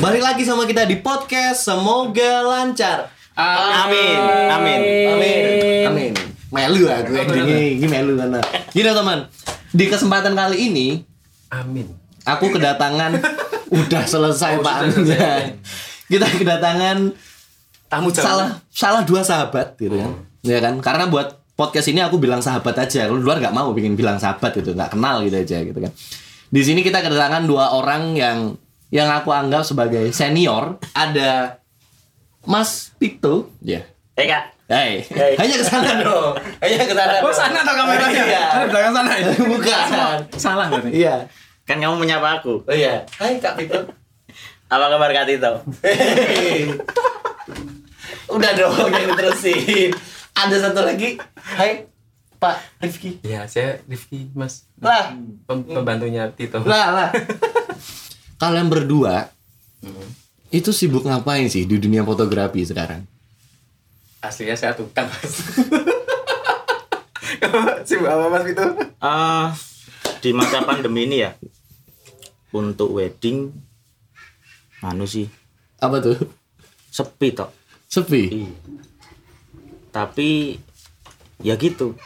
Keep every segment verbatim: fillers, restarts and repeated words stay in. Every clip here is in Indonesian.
Balik lagi sama kita di podcast. Semoga lancar. Amin. Amin. Amin. Amin. Melu aku ini, ini melu karena. Gini teman, di kesempatan kali ini, amin. Aku kedatangan, udah selesai oh, Pak. Sudah selesai. Kita kedatangan tamu salah salah dua sahabat gitu kan. Hmm. Ya kan? Karena buat podcast ini aku bilang sahabat aja. Kalau luar enggak mau bikin bilang sahabat itu, enggak kenal gitu aja gitu kan. Di sini kita kedatangan dua orang yang yang aku anggap sebagai senior. Ada Mas Pito, ya. Yeah. Eh Kak. Hey. Hey. Hanya ke sana dong. Hanya ke sana. Oh, sana atau kameranya? Iya. Ada belakang sana ya? Bukan. Salah berarti. Iya. Kan kamu menyapa aku. Oh iya. Hai Kak Pito. Apa kabar Kak Tito? Udah dong yang diterusin. Ada satu lagi. Hai Pak Rifki. Iya, saya Rifki, Mas. Lah, Pem- pembantunya Tito. lah, lah. Kalian berdua hmm. itu sibuk ngapain sih di dunia fotografi sekarang? Aslinya saya tukang, Mas. Sibuk apa Mas itu? Uh, di masa pandemi ini ya, untuk wedding, anu sih. Apa tuh? Sepi toh. Sepi. Iya. Tapi ya gitu.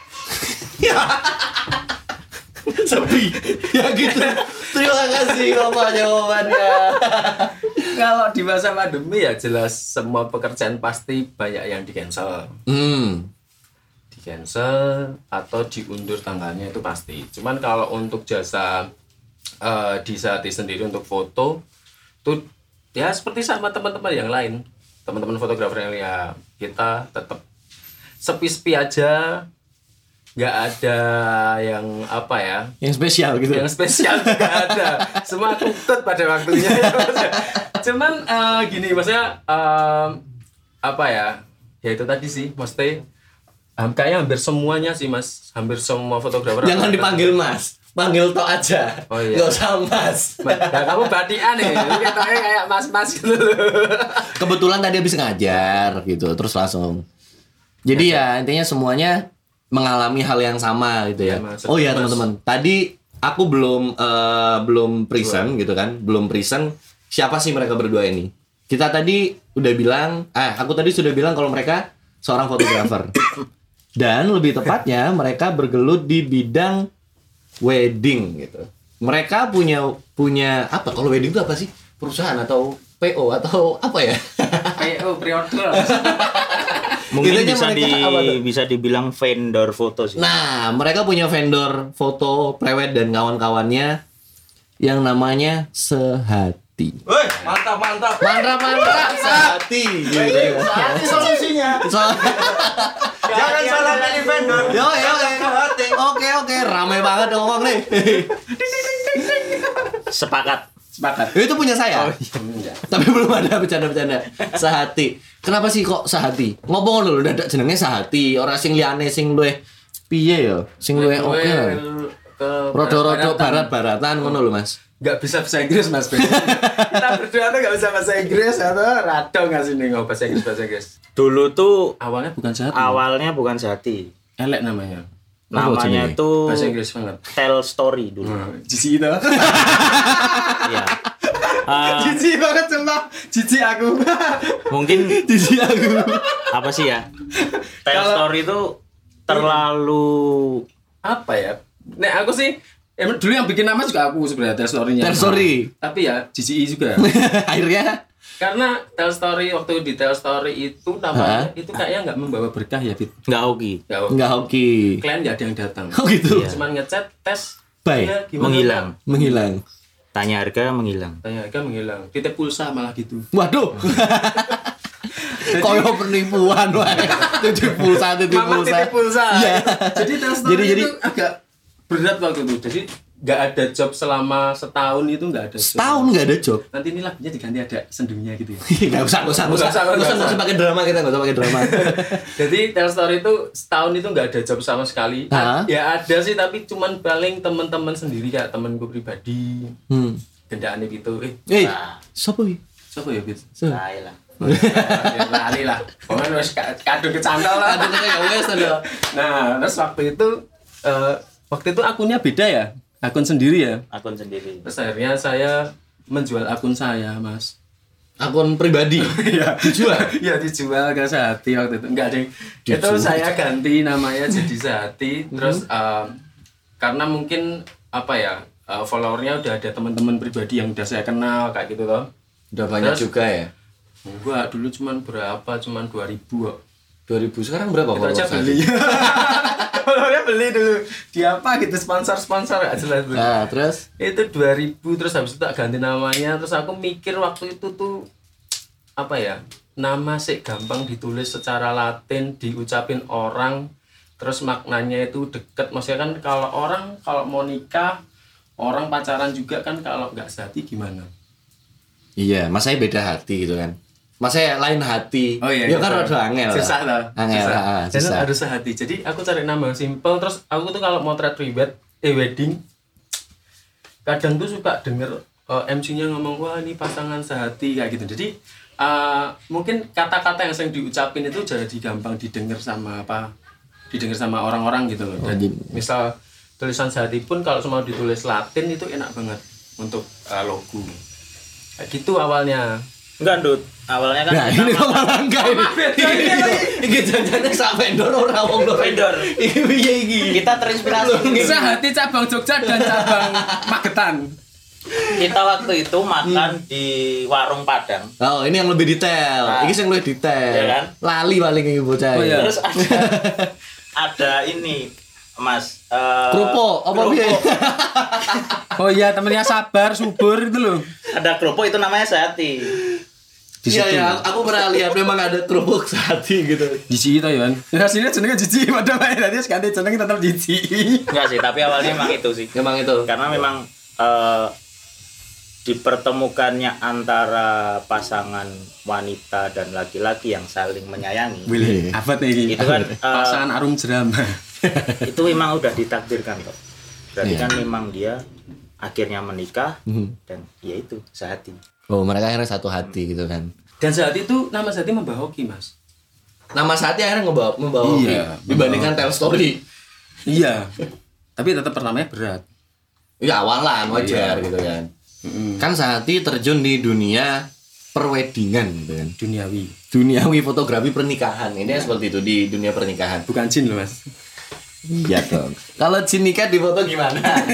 Sepi. Ya gitu. Terima kasih Bapak jawabannya. Kalau di masa pandemi ya jelas semua pekerjaan pasti banyak yang di-cancel. Hmm. Di-cancel atau diundur tanggalnya itu pasti. Cuman kalau untuk jasa uh, Disati sendiri untuk foto tuh ya seperti sama teman-teman yang lain. Teman-teman fotografer yang ya kita tetap sepi-sepi aja. Nggak ada yang apa ya, yang spesial gitu. Yang spesial nggak ada. Semua tutut pada waktunya. Cuman uh, gini maksudnya uh, apa ya? Ya itu tadi sih, maksudnya um, kayaknya hampir semuanya sih Mas, hampir semua fotografer. Jangan dipanggil Mas, panggil Tok aja. Oh iya. Nggak usah Mas. Nah, kamu badian nih, katanya kayak Mas-mas gitu. Kebetulan tadi habis ngajar gitu, terus langsung. Jadi ya, ya intinya semuanya mengalami hal yang sama gitu ya. ya oh iya teman-teman, tadi aku belum uh, belum present gitu kan, belum present siapa sih mereka berdua ini. Kita tadi udah bilang, eh aku tadi sudah bilang kalau mereka seorang fotografer. Dan lebih tepatnya mereka bergelut di bidang wedding gitu. Mereka punya punya apa? Kalau wedding itu apa sih? Perusahaan atau P O atau apa ya? P O pre-order. Mungkin bisa di bisa dibilang vendor foto sih. Nah, mereka punya vendor foto prewed dan kawan-kawannya yang namanya Sehati. Woi, mantap mantap. Mantap mantap Sehati. Sehati solusinya. Jangan salah pilih vendor. Yo yo Sehati. Oke oke, ramai banget ngomong nih. Sepakat. Sepakat. Itu punya saya. Oh, iya. Tapi belum ada bercanda-bercanda. Sehati. Kenapa sih kok Sehati? Ngomong lho dadak jenenge Sehati, ora sing liyane sing luwih piye ya? Sing luwih oke. Rodo-rodo barat-baratan ngono lho, Mas. Enggak bisa bahasa Inggris, Mas. Kita berdua tuh enggak bisa bahasa Inggris atau rado enggak sih nih ngomong bahasa Inggris bahasa Inggris. Dulu tuh awalnya bukan Sehati. Awalnya bukan Sehati. Elek namanya. Namanya oh, tuh bahasa Inggris banget. Tell Story dulu. Hmm, Cici itu. Iya. Uh, Cici banget sumpah. Cici aku. Mungkin Cici aku. Apa sih ya? Tell Kalo, Story itu terlalu apa ya? Nek aku sih emang dulu yang bikin nama juga aku sebenarnya Tell Story-nya. Tell Story. Tapi ya Cici juga. Akhirnya karena Tell Story waktu di Tell Story itu namanya itu kayaknya nggak membawa berkah ya, Fit. Nggak hoki. Nggak hoki. Klien nggak ada yang datang. Oh gitu. Iya. Cuman ngechat, tes, baik, ya, menghilang. Kan? Menghilang. Tanya harga menghilang. Tanya harga menghilang. Titip pulsa malah gitu. Waduh. Koyo penipuan wae. Titip pulsa, titip Mama pulsa. titip pulsa. Iya. Jadi Tell Story jadi, itu jadi, agak berat waktu itu. Jadi nggak ada job selama setahun itu nggak ada job. Setahun nggak ada job. Nanti ini lagunya diganti ada sendunya gitu ya. Nggak usah, nggak usah, nggak usah, nggak usah, nggak usah pakai drama kita, nggak usah pakai drama. Jadi Tell Story itu setahun itu nggak ada job sama sekali. Hah? Ya ada sih tapi cuman paling teman-teman sendiri kayak temanku pribadi. Hmm. Gendaannya gitu. Eh, Eh, nah. siapa ya? Siapa ya, Fit? Saya lah. Ya lali lah. Pokoknya wis kadung kecantol lah. Kadung ya wes ada. Nah, terus waktu itu uh, waktu itu akunnya beda ya. Akun sendiri ya. Akun sendiri. Terus akhirnya saya menjual akun saya, Mas. akun pribadi. Iya, Dijual. Iya, dijual ke Sehati waktu itu. Enggak, Ding. Itu Dijual. saya ganti namanya jadi Sehati. Terus uh, karena mungkin apa ya? Uh, followernya udah ada teman-teman pribadi yang udah saya kenal kayak gitu loh. Udah banyak Terus, juga ya. Enggak, dulu cuman berapa? Cuman dua ribu kok. dua ribu sekarang berapa Kita aja follower beli. Followernya beli dulu. Di apa gitu sponsor-sponsor enggak jelas tuh. Nah, terus Itu dua ribu terus habis itu tak ganti namanya. Terus aku mikir waktu itu tuh apa ya? Nama sih gampang ditulis secara Latin, diucapin orang, terus maknanya itu deket. Maksudnya kan kalau orang kalau mau nikah, orang pacaran juga kan kalau nggak sehati gimana? iya, mas saya beda hati gitu kan. Mas saya lain hati. Oh iya, ya kan susah. rada angel. Susah lah. Angel, susah. ah, Dan susah. harus sehati. Jadi aku cari nama yang simple. Terus aku tuh kalau motret pribadi, eh wedding, kadang tuh suka denger uh, M C-nya ngomong wah ini pasangan sehati kayak gitu. Jadi uh, mungkin kata-kata yang sering diucapin itu jadi gampang didengar sama apa, didengar sama orang-orang gitu loh. Dan misal tulisan sehati pun kalau semua ditulis Latin itu enak banget untuk uh, logo. Kayak gitu awalnya. Enggak, Dut. Awalnya kan Nah, kita ini kok makan- malah enggak ini. Iki janjane sak vendor ora wong loro. Vendor. Iki piye iki? kita terinspirasi. Sehati cabang Jogja dan cabang Magetan. Kita waktu itu makan di warung Padang. Oh, ini yang lebih detail. Nah. Iki sing lebih detail. Iya kan? Lali paling iki bocah. Oh, iya. Terus ada ada ini Mas eh, Kerupuk apa kerupuk. piye? Oh iya, temennya Sabar, Subur itu loh. Ada kerupuk itu namanya Sehati. Iya ya, aku pernah lihat memang ada kerupuk sehati gitu. Jiji itu ya kan. Ya hasilnya jenenge Jiji padahal tadi ganti jenenge tetap Jiji. Enggak sih, tapi awalnya memang itu sih. Memang itu. Karena memang eh, dipertemukannya antara pasangan wanita dan laki-laki yang saling menyayangi. Boleh. Apa nih? Itu kan, eh, pasangan arum jerama. Itu memang udah ditakdirkan kok. Berarti Iya. kan memang dia akhirnya menikah Mhm. dan ya itu Sehati. Oh, mereka akhirnya satu hati gitu kan. Dan saat itu nama Sehati membawa hoki, Mas. Nama sehati akhirnya ngebawa membawa Iya, hoki dibandingkan tell story. Iya. Tapi tetap pertamanya berat. Ya awalan wajar Iya. gitu kan. Mm-mm. Kan sehati terjun di dunia perwedingan gitu kan. Duniawi. Duniawi fotografi pernikahan. Ini seperti itu di dunia pernikahan. Bukan jin loh, Mas. Iya dong. Kalau jin nikah di foto gimana?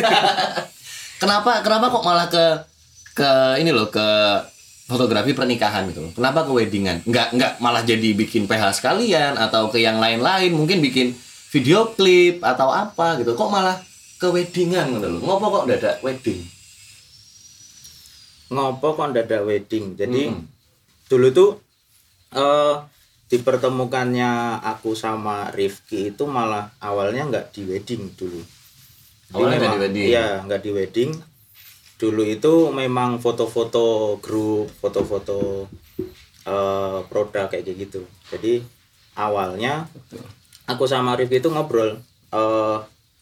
kenapa kenapa kok malah ke ke ini loh ke fotografi pernikahan gitu loh. Kenapa ke weddingan? Enggak enggak malah jadi bikin P H sekalian atau ke yang lain-lain, mungkin bikin video klip atau apa gitu. Kok malah ke weddingan gitu loh. Ngopo kok ndak ada wedding? Ngopo kok ndak ada wedding. Jadi Mm-mm. dulu tuh eh dipertemukannya aku sama Rifki itu malah awalnya nggak di wedding dulu. Jadi Awalnya nggak di memang- wedding? Iya, nggak di wedding. Dulu itu memang foto-foto grup, foto-foto eh, produk kayak gitu. Jadi awalnya aku sama Rifki itu ngobrol. eh,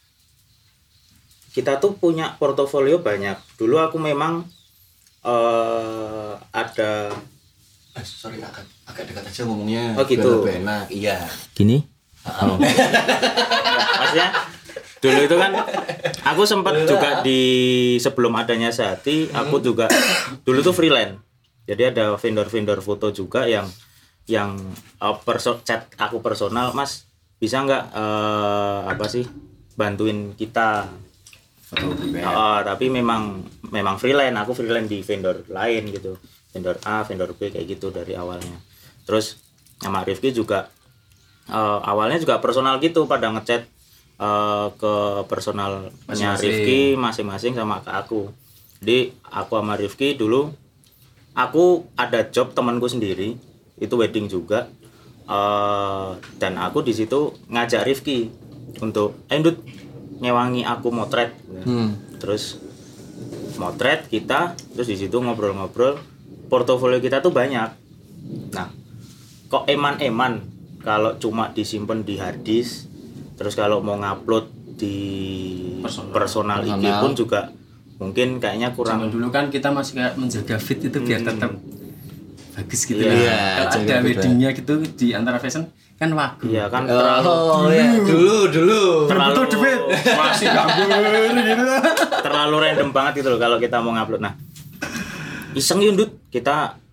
kita tuh punya portofolio banyak. Dulu aku memang eh, ada Eh, sorry agak agak dekat aja ngomongnya. Oh, gitu. Biar lebih enak. Iya. gini. Oh. Maksudnya dulu itu kan aku sempat juga di sebelum adanya Sehati, aku juga dulu tuh freelance. Jadi ada vendor-vendor foto juga yang yang uh, perso chat aku personal, Mas, bisa nggak uh, apa sih bantuin kita? Uh, tapi memang memang freelance, aku freelance di vendor lain gitu. Vendor A, vendor B kayak gitu dari awalnya. Terus sama Rifki juga uh, awalnya juga personal gitu, pada ngechat uh, ke personalnya Masing-masing. Rifki masing-masing sama ke aku. Jadi aku sama Rifki dulu aku ada job temanku sendiri itu wedding juga. Uh, dan aku di situ ngajak Rifki untuk eh Ndut, nyewangi aku motret. Hmm. Terus motret kita, terus di situ ngobrol-ngobrol, portofolio kita tuh banyak. Nah, kok eman-eman kalau cuma disimpan di hard disk, terus kalau mau ngupload di Personal. personal, I G Personal. pun juga mungkin kayaknya Zaman kurang. dulu kan kita masih kayak menjaga fit itu biar tetap bagus gitu Iya, ya. jaga Kalau ada fit, weddingnya gitu di antara fashion kan wagu. Iya kan terlalu Oh, ya. Dulu dulu. terlalu Berbutuh duit masih gambur gitu. terlalu random banget gitu loh kalau kita mau ngupload. Nah, iseng yuk Ndut, kita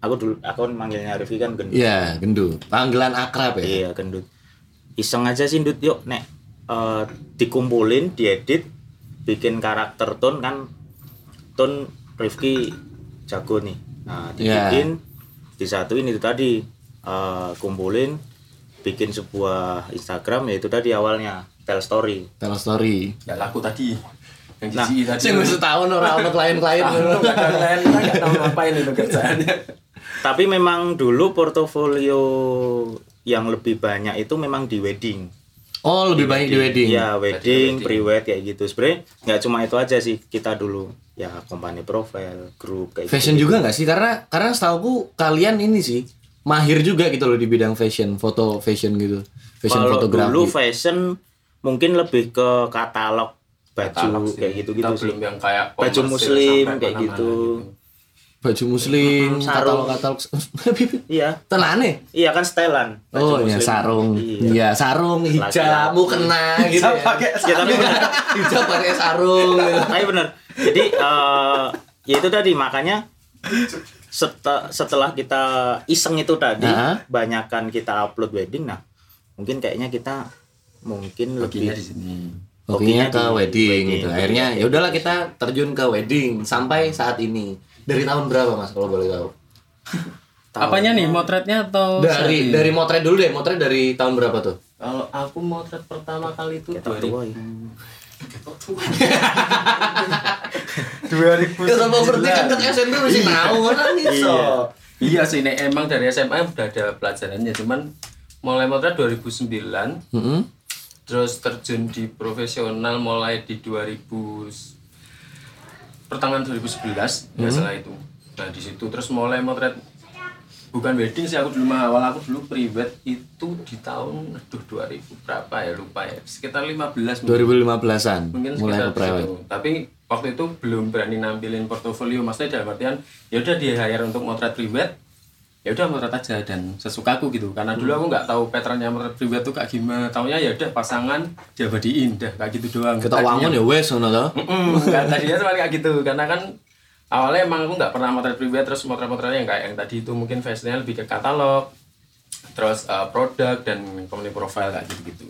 aku dulu aku manggilnya Rifki kan gendut. Iya, gendut. Panggilan akrab ya. Iya, gendut. Iseng aja sih Ndut, yuk nek uh, dikumpulin, diedit, bikin karakter tone kan tone Rifki jago nih. Nah, dibikin yeah. disatuin itu tadi uh, kumpulin bikin sebuah Instagram ya itu tadi awalnya tell story. Tell story. Ya laku tadi. Yang Nah, gizi tadi. Saya nggak setahun orang untuk klien-klien. Klien kita nggak tahu ngapain itu kerjaannya. Tapi memang dulu portofolio yang lebih banyak itu memang di wedding. Oh, lebih banyak di wedding. Ya, wedding, wedding. pre-wed kayak gitu. Sebenarnya nggak cuma itu aja sih kita dulu. Ya, company profile, grup kayak Fashion gitu. juga nggak sih? Karena karena setauku kalian ini sih mahir juga gitu loh di bidang fashion, foto fashion gitu. Fashion Kalau fotografi. dulu fashion mungkin lebih ke katalog baju Katalog sih. kayak gitu-gitu Kita sih. belum yang kayak Baju komersil muslim sampai kayak mana-mana gitu. Baju muslim, Mm, sarung. katalog-katalog. Iya. Tenane. Iya kan setelan. Baju Oh ya muslim. sarung, Iya. iya sarung, hijab, Laki-laki. mau kena gitu ya. Ya, tapi benar. Hijab pakai sarung. Gitu. Tapi benar. Jadi eh ya itu tadi makanya seta- setelah kita iseng itu tadi Nah. banyakan kita upload wedding, nah mungkin kayaknya kita mungkin Hokinya lebih di sini. Hokinya ke di wedding, wedding. gitu. Akhirnya ya udahlah kita terjun ke wedding sampai saat ini. Dari tahun berapa Mas kalau boleh tahu? Apanya nih, motretnya atau Dari selfie? dari motret dulu deh. Motret dari tahun berapa tuh? Kalau aku motret pertama kali itu Kita dua ribu tua ya. dua ribu Ya sama berarti kan ke S M P masih tahu kan iso. Iya sih, nek emang dari S M A udah ada pelajarannya, cuman mulai motret dua ribu sembilan, Heeh. terus terjun di profesional mulai di dua ribu pertengahan dua ribu sebelas, nggak salah itu. Nah di situ terus mulai motret, bukan wedding sih aku dulu mah, awal aku dulu pre-wed itu di tahun aduh dua ribu berapa ya lupa ya, sekitar lima belas dua ribu lima belasan mungkin mulai sekitar ke private. situ. Tapi waktu itu belum berani nampilin portofolio, maksudnya dalam artian ya udah di hire untuk motret private, ya udah motret aja dan sesukaku gitu, karena dulu aku nggak tahu patternnya motret private tuh kayak gimana, taunya ya udah pasangan diabadiin dah kayak gitu doang. Kita wangun ya wes ngono to. Mm, kan tadinya cuma kayak gitu, karena kan awalnya emang aku nggak pernah motret private, terus motret-motretnya yang kayak yang tadi itu mungkin fashionnya lebih ke katalog, terus uh, produk dan company profile kayak gitu-gitu.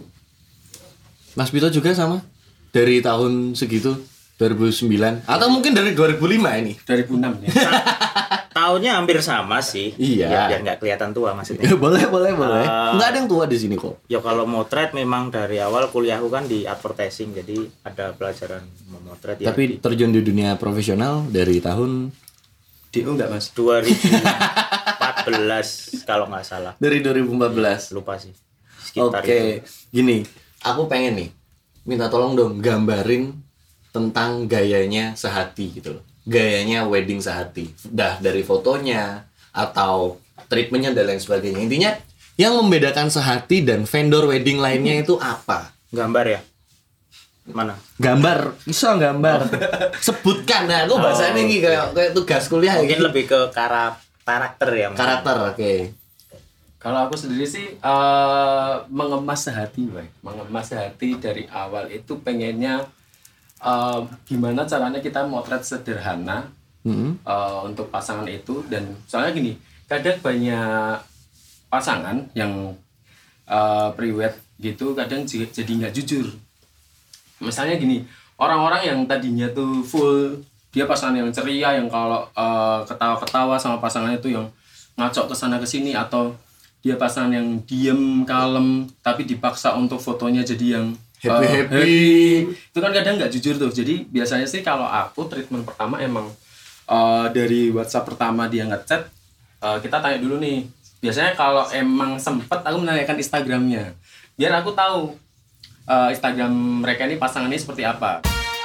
Mas Bito juga sama? Dari tahun segitu dua ribu sembilan atau mungkin dari dua ribu lima ini? dua ribu enam ya. Tahunnya hampir sama sih. Iya. Ya, biar nggak kelihatan tua maksudnya. boleh, boleh, boleh. Ah. Nggak ada yang tua di sini kok. Ya kalau motret memang dari awal kuliahku kan di advertising, jadi ada pelajaran memotret ya. Tapi terjun di dunia profesional dari tahun D O nggak mas? dua ribu empat belas kalau nggak salah. dari dua ribu empat belas. Lupa sih. Oke, Sekitar itu. gini, aku pengen nih minta tolong dong gambarin tentang gayanya Sehati gitu loh. Gayanya wedding Sehati. Dah dari fotonya atau treatmentnya dan lain sebagainya. Intinya yang membedakan Sehati dan vendor wedding lainnya itu apa? Gambar ya? Mana? Gambar, bisa gambar. Sebutkan, nah aku bahasanya ini kayak kayak tugas kuliah Mungkin gitu. lebih ke kara- karakter ya. mungkin. Karakter, oke. Kalau aku sendiri sih eh, mengemas sehati, Bay. Mengemas sehati dari awal itu pengennya eh, gimana caranya kita motret sederhana Mm-hmm. eh, untuk pasangan itu, dan soalnya gini, kadang banyak pasangan yang eh, pre-wed gitu kadang j- jadi nggak jujur. Misalnya gini, orang-orang yang tadinya tuh full dia pasangan yang ceria, yang kalau eh, ketawa-ketawa sama pasangannya tuh yang ngacok ke sana ke sini, atau dia pasangan yang diem kalem tapi dipaksa untuk fotonya jadi yang eh, Happy-happy. itu kan kadang nggak jujur tuh. Jadi biasanya sih kalau aku treatment pertama emang eh, dari WhatsApp pertama dia ngechat, eh, kita tanya dulu nih. Biasanya kalau emang sempet aku menanyakan Instagramnya biar aku tahu eh, Instagram mereka ini pasangannya seperti apa.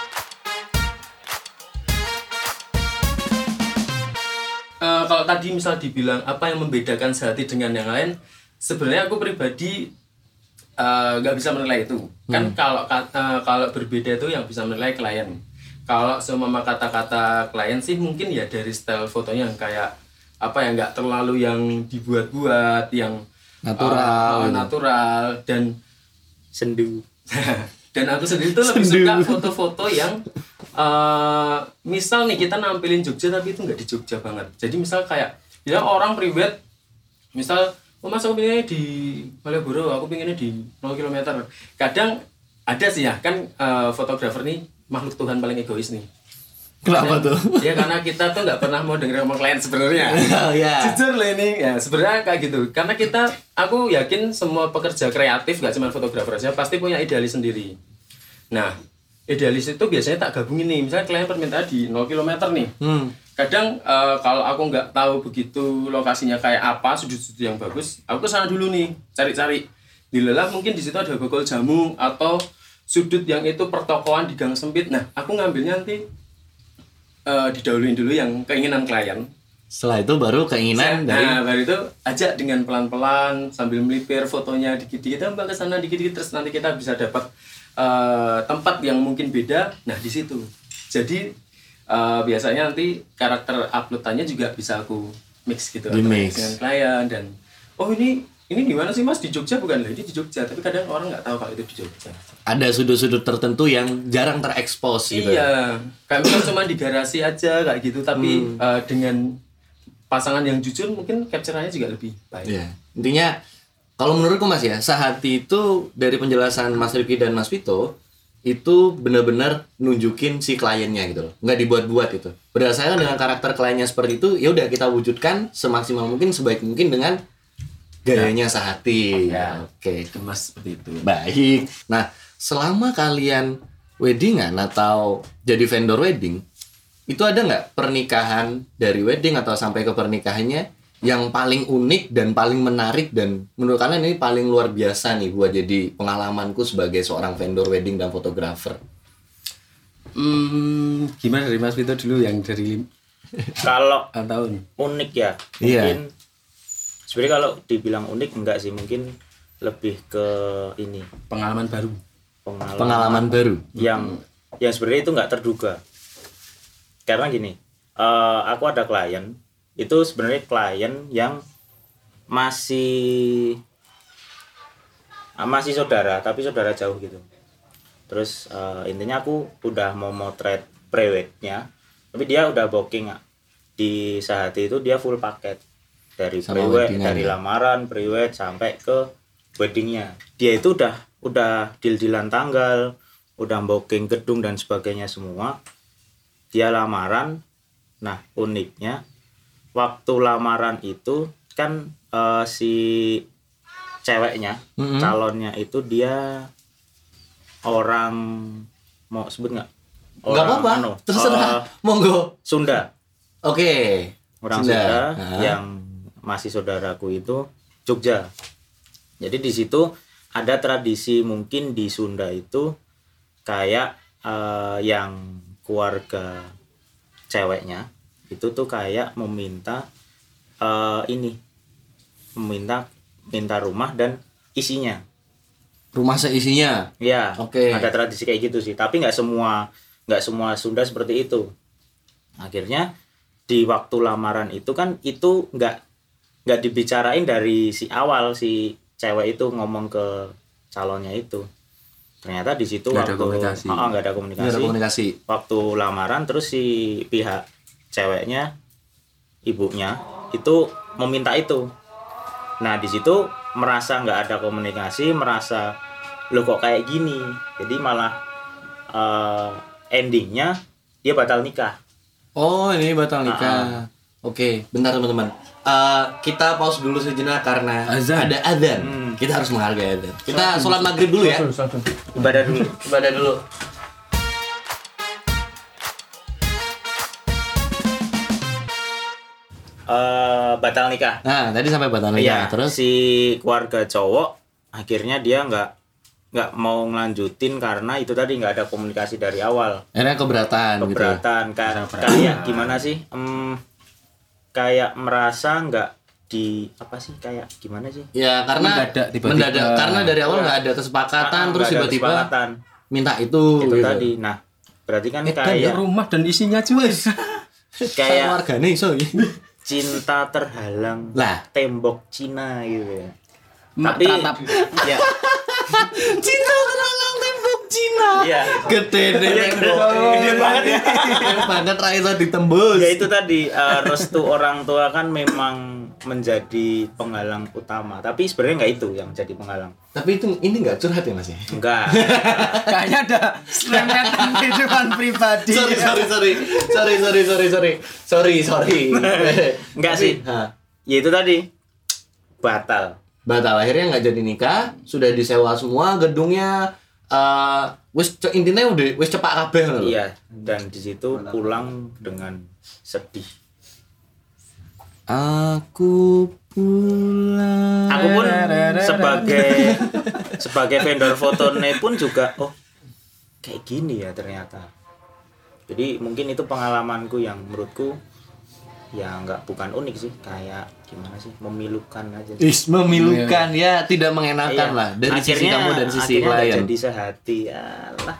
Uh, kalau tadi misal dibilang apa yang membedakan Sehati dengan yang lain, sebenarnya aku pribadi nggak uh, bisa menilai itu. Kan kalau uh, kalau berbeda itu yang bisa menilai klien. Kalau semua kata-kata klien sih mungkin ya dari style fotonya yang kayak apa ya, nggak terlalu yang dibuat-buat, yang Natural, uh, gitu. natural dan Sendu. dan aku sendiri tuh lebih suka foto-foto yang uh, misal nih kita nampilin Jogja tapi itu nggak di Jogja banget. Jadi misal kayak ya orang private misal oh mas aku pengennya di Malioboro, aku pengennya di nol kilometer. Kadang ada sih ya kan uh, fotografer nih makhluk Tuhan paling egois nih. Kenapa Dan, tuh? Ya karena kita tuh nggak pernah mau denger ngomong klien sebenarnya. Oh, yeah. Jujur lah ini ya sebenarnya kayak gitu. Karena kita, aku yakin semua pekerja kreatif nggak cuma fotografer aja pasti punya idealis sendiri. Nah idealis itu biasanya tak gabungin nih. Misalnya klien permintaan di nol kilometer nih. Hmm. Kadang uh, kalau aku nggak tahu begitu lokasinya kayak apa, sudut-sudut yang bagus, aku kesana dulu nih cari-cari. Dilelah mungkin di situ ada bakul jamu atau sudut yang itu pertokoan di gang sempit. Nah aku ngambilnya nanti Uh, didahuluin dulu yang keinginan klien. Setelah itu baru keinginan nah, dari nah, baru itu ajak dengan pelan-pelan sambil melipir fotonya dikit-dikit, mbak kesana dikit-dikit terus nanti kita bisa dapat uh, tempat yang mungkin beda. Nah di situ. Jadi uh, biasanya nanti karakter uploadannya juga bisa aku mix gitu Di mix. dengan klien dan oh ini ini di mana sih mas, di Jogja bukan? Lah ini di Jogja, tapi kadang orang nggak tahu kalau itu di Jogja. ada sudut-sudut tertentu yang jarang terekspos gitu. Iya, kayak misalnya cuma di garasi aja kayak gitu, tapi Hmm. uh, dengan pasangan yang jujur mungkin capture-nya juga lebih baik. Iya. Intinya kalau menurutku Mas ya, Sehati itu dari penjelasan Mas Rifki dan Mas Vito itu benar-benar nunjukin si kliennya gitu loh. Nggak dibuat-buat itu. Berdasarkan dengan karakter kliennya seperti itu, ya udah kita wujudkan semaksimal mungkin, sebaik mungkin dengan gayanya Sehati. Ya. Oke. Kemas seperti itu. Baik. Nah, selama kalian weddingan atau jadi vendor wedding, itu ada nggak pernikahan dari wedding atau sampai ke pernikahannya yang paling unik dan paling menarik dan menurut kalian ini paling luar biasa nih buat jadi pengalamanku sebagai seorang vendor wedding dan fotografer? Hmm, gimana dari Mas Vito dulu yang dari Kalau lima tahun? unik ya, Iya. mungkin sebenarnya kalau dibilang unik enggak sih, mungkin lebih ke ini Pengalaman baru. pengalaman, Pengalaman baru. yang yang sebenarnya itu nggak terduga. Karena gini, eh, aku ada klien itu sebenarnya klien yang masih ah, masih saudara tapi saudara jauh gitu. Terus eh, intinya aku udah mau motret pre-wed-nya, tapi dia udah booking di Sehati itu dia full paket dari Sama pre-wed, wedding-nya dari ya? lamaran pre-wed sampai ke weddingnya. Dia itu udah udah deal-dealan tanggal, udah booking gedung dan sebagainya semua. Dia lamaran. Nah uniknya waktu lamaran itu kan eh, si ceweknya, Mm-mm. calonnya itu dia orang, mau sebut nggak? Nggak Orang apa-apa. anu, Terserah. eh, Monggo. Sunda. Oke. Orang Sunda. Sunda, Nah. yang masih saudaraku itu Jogja. Jadi di situ ada tradisi mungkin di Sunda itu kayak eh, yang keluarga ceweknya itu tuh kayak meminta eh, ini meminta minta rumah dan isinya. Rumah seisinya. Ya, Oke. ada tradisi kayak gitu sih. Tapi nggak semua nggak semua Sunda seperti itu. Akhirnya di waktu lamaran itu kan itu nggak nggak dibicarain dari si awal, si cewek itu ngomong ke calonnya itu. Ternyata di situ Nggak ada waktu komunikasi. Oh, nggak ada Ini komunikasi. ada komunikasi. Waktu lamaran terus si pihak ceweknya, ibunya itu meminta itu. Nah di situ merasa nggak ada komunikasi, merasa lo kok kayak gini, jadi malah eh, endingnya dia batal nikah. Oh, ini batal nikah. Oke, bentar teman-teman. Eh, kita pause dulu sejenak karena Azan. ada adzan. Hmm. Kita harus menghargai adzan. Kita sholat maghrib dulu ya. Ibadah dulu. Ibadah dulu. Eh, batal nikah. Nah, tadi sampai batal nikah. Iya, Terus si keluarga cowok akhirnya dia nggak nggak mau ngelanjutin karena itu tadi nggak ada komunikasi dari awal. akhirnya keberatan, gitu. Keberatan Ka- kayak gimana sih? Em, kayak merasa nggak di apa sih kayak gimana sih? Ya, karena Mendadak, tiba-tiba. mendadak. Karena dari awal Iya. nggak ada kesepakatan, Ah, terus nggak ada tiba-tiba kesepakatan. minta itu. Itu gitu. tadi. Nah, berarti kan Eh, dan kayak rumah dan isinya cuy. kayak warga nih, so. cinta terhalang Lah, tembok Cina gitu ya. Mak Tapi teratap. ya cinta terhalang tembok Cina. Iya. Gede deh. Gede banget ya. Gede banget Raisa ditembus. Ya itu tadi uh, restu orang tua kan memang menjadi penghalang utama. Tapi sebenarnya nggak itu yang jadi penghalang. Tapi itu ini nggak curhat ya Mas ya? Enggak. Kayaknya ada serempetan kehidupan pribadi. sorry, sorry, sorry, sorry, sorry, sorry, sorry, sorry, sorry. Enggak sih. Hah. Ya itu tadi batal. Batal akhirnya nggak jadi nikah, sudah disewa semua gedungnya. Uh, wis intinya udah wis cepak kabeh ngono lho. Iya, dan di situ pulang dengan sedih. Aku pulang. Aku pun sebagai sebagai vendor fotonya pun juga oh kayak gini ya ternyata. Jadi mungkin itu pengalamanku yang menurutku ya nggak bukan unik sih, kayak gimana sih, memilukan aja. Is memilukan ya, tidak mengenakan Iya. lah dari Akhirnya, sisi kamu dan sisi akhirnya klien. jadi sehati, alah.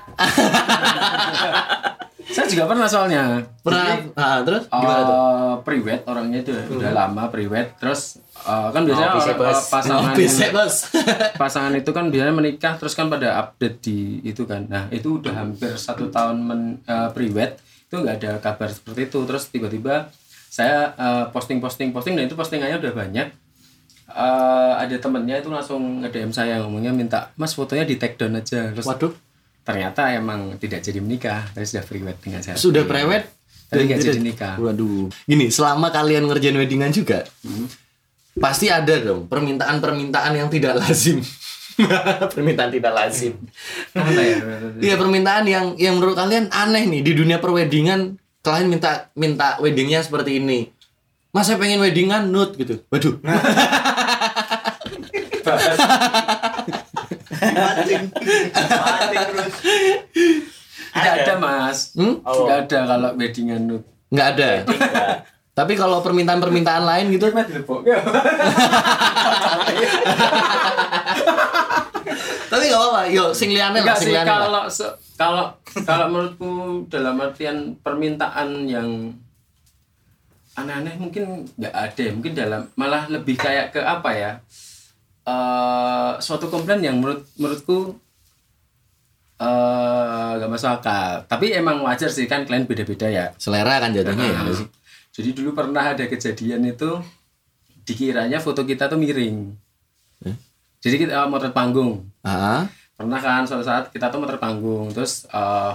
Saya juga pernah soalnya. Pernah ah, terus gimana tuh? Uh, priwet orangnya itu udah lama priwet, terus uh, kan biasanya Oh, bisa, orang- bos. uh, pasangan Oh, bisa, Bos. pasangan itu kan biasanya menikah terus kan pada update di itu kan. Nah itu udah hampir satu tahun men, uh, priwet itu nggak ada kabar seperti itu. Terus tiba-tiba saya uh, posting posting posting dan itu postingannya udah banyak. Uh, ada temennya itu langsung nge-D M saya ngomongnya minta Mas fotonya di take down aja. Terus Waduh, ternyata emang tidak jadi menikah, tapi sudah priwet dengan saya. sudah prewed Tapi dan nggak tidak- jadi nikah. Waduh. Gini, selama kalian ngerjain weddingan juga, pasti ada dong permintaan-permintaan yang tidak lazim. Permintaan tidak lazim. Apa ya? Iya, permintaan yang yang menurut kalian aneh nih di dunia perweddingan. Klien minta minta weddingnya seperti ini. Mas saya pengen weddingan nude gitu. Waduh. Tidak ada mas, Hmm? Oh. tidak ada kalau weddingan nude. Nggak ada. Tapi kalau permintaan-permintaan lain gitu, tapi nggak apa-apa. Yuk, sing liane lah, Enggak sing sih liane lah. kalau se- kalau kalau menurutku dalam artian permintaan yang aneh-aneh mungkin nggak ada, mungkin dalam malah lebih kayak ke apa ya? Eh suatu komplain yang menurut menurutku eh nggak masuk akal. Tapi emang wajar sih kan klien beda-beda ya. Selera kan jatuhnya ya nggak sih. Jadi dulu pernah ada kejadian itu dikiranya foto kita tuh miring. Eh? Jadi kita uh, motret panggung. Ah, Pernah kan suatu saat kita tuh motret panggung, terus uh,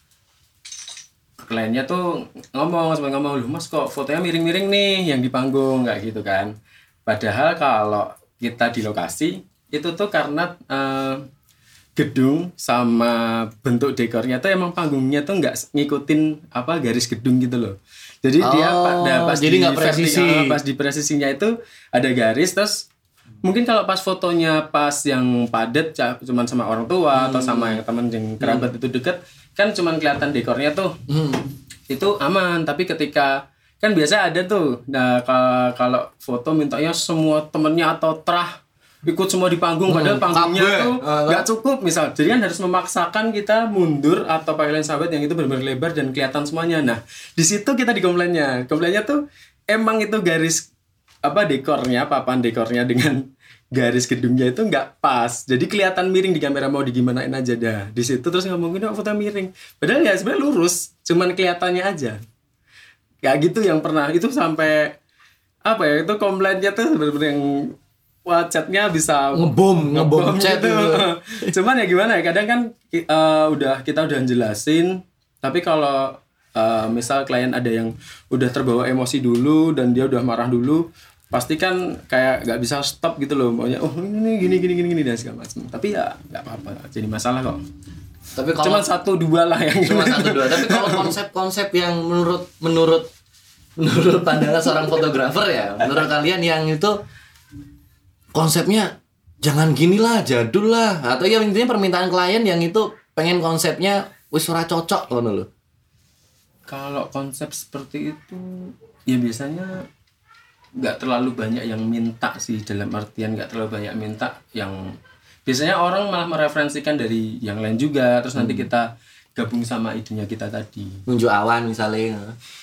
kliennya tuh ngomong sama ngomong, "Loh Mas kok fotonya miring-miring nih yang di panggung," kayak gitu kan. Padahal kalau kita di lokasi itu tuh karena uh, gedung sama bentuk dekornya tuh emang panggungnya tuh nggak ngikutin apa garis gedung gitu loh. Jadi dia Oh, pada pas jadi di nggak versi- presisi. ah, pas di presisinya itu ada garis, terus mungkin kalau pas fotonya pas yang padat ca- cuman sama orang tua atau sama yang teman yang kerabat itu deket kan cuman kelihatan dekornya tuh hmm. itu aman. Tapi ketika kan biasa ada tuh, nah ka- kalau foto mintanya semua temennya atau terah ikut semua di panggung, padahal panggungnya kabeh. tuh Ah, nggak cukup misal, jadi kan harus memaksakan kita mundur atau pakai lens sahabat yang itu benar-benar lebar dan kelihatan semuanya. Nah di situ kita di komplainnya komplainnya tuh emang itu garis apa dekornya papan dekornya dengan garis gedungnya itu nggak pas, jadi kelihatan miring di kamera, mau digimanain aja dah di situ. Terus ngomongin oh, foto miring, padahal ya sebenarnya lurus, cuman kelihatannya aja kayak gitu. Yang pernah itu sampai apa ya, itu komplainnya tuh benar-benar yang wah chatnya bisa Ngebom, ngebom chat gitu. gitu. Cuman ya gimana ya, kadang kan uh, udah kita udah jelasin, tapi kalau uh, misal klien ada yang udah terbawa emosi dulu dan dia udah marah dulu, pasti kan kayak nggak bisa stop gitu loh, maunya oh ini gini gini gini gini dan segala macam. Tapi ya nggak apa-apa, jadi masalah kok. Tapi kalau Cuman satu dua lah yang cuma satu dua. Tapi kalau konsep-konsep yang menurut menurut menurut pandangan seorang fotografer ya, menurut kalian yang itu konsepnya jangan gini lah, jadul lah, atau ya intinya permintaan klien yang itu pengen konsepnya wis ora cocok ngono lho. Kalau konsep seperti itu ya biasanya nggak terlalu banyak yang minta sih, dalam artian nggak terlalu banyak minta. Yang biasanya orang malah mereferensikan dari yang lain juga, terus nanti kita gabung sama idenya kita tadi. Nunjuk awan misalnya.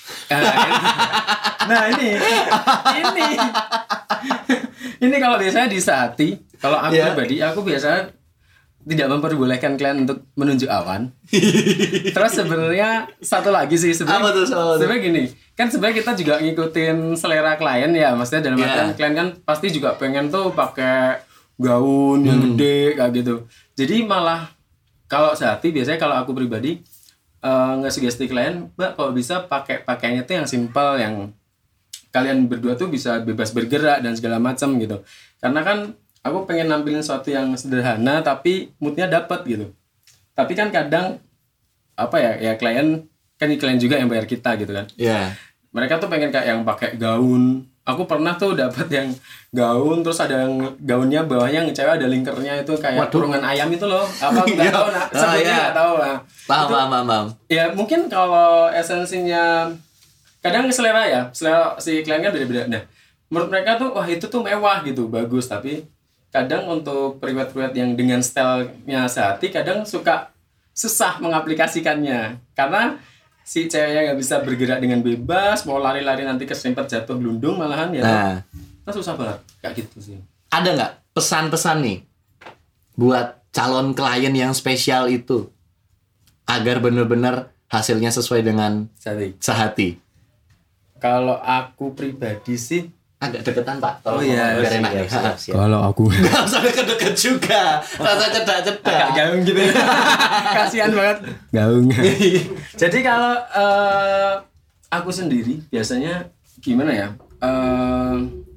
Nah ini ini ini kalau biasanya di Sati, kalau aku Iya. pribadi aku biasa tidak memperbolehkan klien untuk menunjuk awan. Terus sebenarnya satu lagi sih sebenarnya. Apa tuh, apa tuh? Sebenarnya gini, kan sebenarnya kita juga ngikutin selera klien ya, maksudnya dalam Yeah. artian klien kan pasti juga pengen tuh pakai gaun yang gede kayak gitu. Jadi malah kalau sehati biasanya kalau aku pribadi uh, nge-sugesti klien, Mbak kalau bisa pakai pakaiannya tuh yang simpel, yang kalian berdua tuh bisa bebas bergerak dan segala macam gitu. Karena kan aku pengen nampilin sesuatu yang sederhana tapi moodnya dapat gitu. Tapi kan kadang apa ya, ya klien kan klien juga yang bayar kita gitu kan. Iya. Mereka tuh pengen kayak yang pakai gaun. Aku pernah tuh dapat yang gaun terus ada yang gaunnya bawahnya yang cewek ada lingkernya itu kayak Waduh. kurungan ayam itu loh. Apa aku nggak tahu nah, Ah, sebutnya iya. nggak tahu lah. Paham, Itu- paham, paham, paham. Ya mungkin kalau esensinya kadang selera ya, selera si klien kan beda-beda. Nah, menurut mereka tuh wah itu tuh mewah gitu, bagus, tapi kadang untuk priwet-priwet yang dengan stylenya sehati kadang suka susah mengaplikasikannya karena si ceweknya nggak bisa bergerak dengan bebas, mau lari-lari nanti kesempet jatuh gelundung malahan ya. Nah, Itu susah banget kayak gitu sih. ada nggak pesan-pesan nih buat calon klien yang spesial itu agar benar-benar hasilnya sesuai dengan Sehati. sehati? Kalau aku pribadi sih Agak deketan Pak. Oh, iya. biar enak Siap, nih. siap, siap. kalau aku Gak usah deket-deket juga. Rasa cedak-cedak. agak gaung gitu ya. Kasihan banget gaung. Jadi kalau eh, aku sendiri biasanya gimana ya, Eh,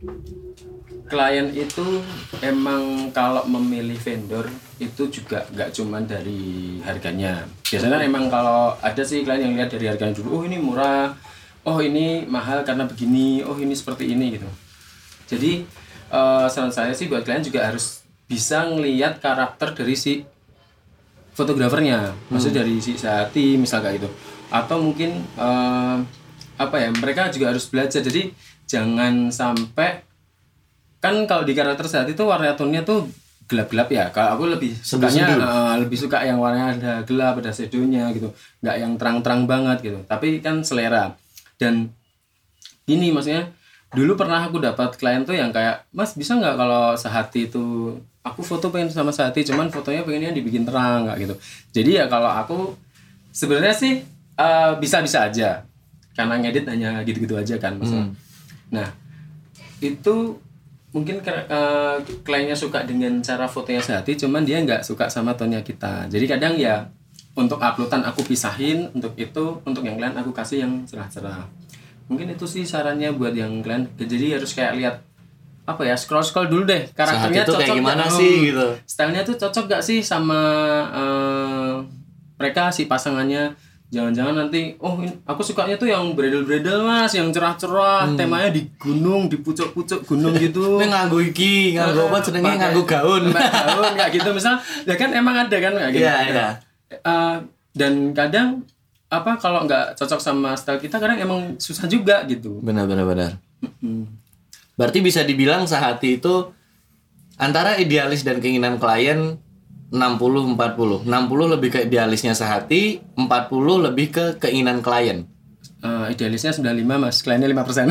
klien itu emang kalau memilih vendor itu juga nggak cuman dari harganya. Biasanya emang kalau ada sih klien yang lihat dari harganya dulu, oh ini murah, oh ini mahal karena begini, oh ini seperti ini gitu. Jadi eh, saran saya sih buat klien juga harus bisa ngelihat karakter dari si fotografernya, maksudnya dari si Sehati misal kayak gitu, atau mungkin eh, apa ya, mereka juga harus belajar. Jadi jangan sampai, kan kalau di karakter Sehati itu warna tone-nya tuh gelap-gelap ya. Kalau aku lebih sukanya Sendu-sendu. eh, lebih suka yang warnanya ada gelap, ada shadownya gitu, nggak yang terang-terang banget gitu. Tapi kan selera. Dan ini maksudnya dulu pernah aku dapat klien tuh yang kayak, Mas bisa nggak kalau Sehati itu aku foto pengen sama Sehati, cuman fotonya pengennya dibikin terang nggak gitu. Jadi ya kalau aku sebenarnya sih eh, bisa-bisa aja karena ngedit hanya gitu-gitu aja kan maksudnya. Nah itu mungkin kar- eh, kliennya suka dengan cara fotonya Sehati, cuman dia nggak suka sama tone-nya kita. Jadi kadang ya untuk uploadan aku pisahin, untuk itu untuk yang klien aku kasih yang cerah-cerah. Mungkin itu sih sarannya buat yang klien. Jadi harus kayak lihat apa ya, scroll scroll dulu deh karakternya Sehati tuh kayak cocok gimana nggak? sih, Hmm, gitu. stylenya tuh cocok gak sih sama eh, mereka si pasangannya. Jangan-jangan nanti oh ini, aku sukanya tuh yang bredel-bredel Mas, yang cerah-cerah, temanya di gunung, di pucuk-pucuk gunung gitu. Ini nganggo iki, nganggo apa jenenge, Pakai- nganggo gaun. pakai gaun kayak gitu misal. Ya kan emang ada kan kayak gitu. Iya, iya. Eh, dan kadang apa kalau nggak cocok sama style kita kadang emang susah juga gitu. Benar, benar, benar. Berarti bisa dibilang Sehati itu antara idealis dan keinginan klien enam puluh empat puluh. enam puluh lebih ke idealisnya Sehati, empat puluh lebih ke keinginan klien. Eh, idealisnya sembilan puluh lima Mas, kliennya lima persen.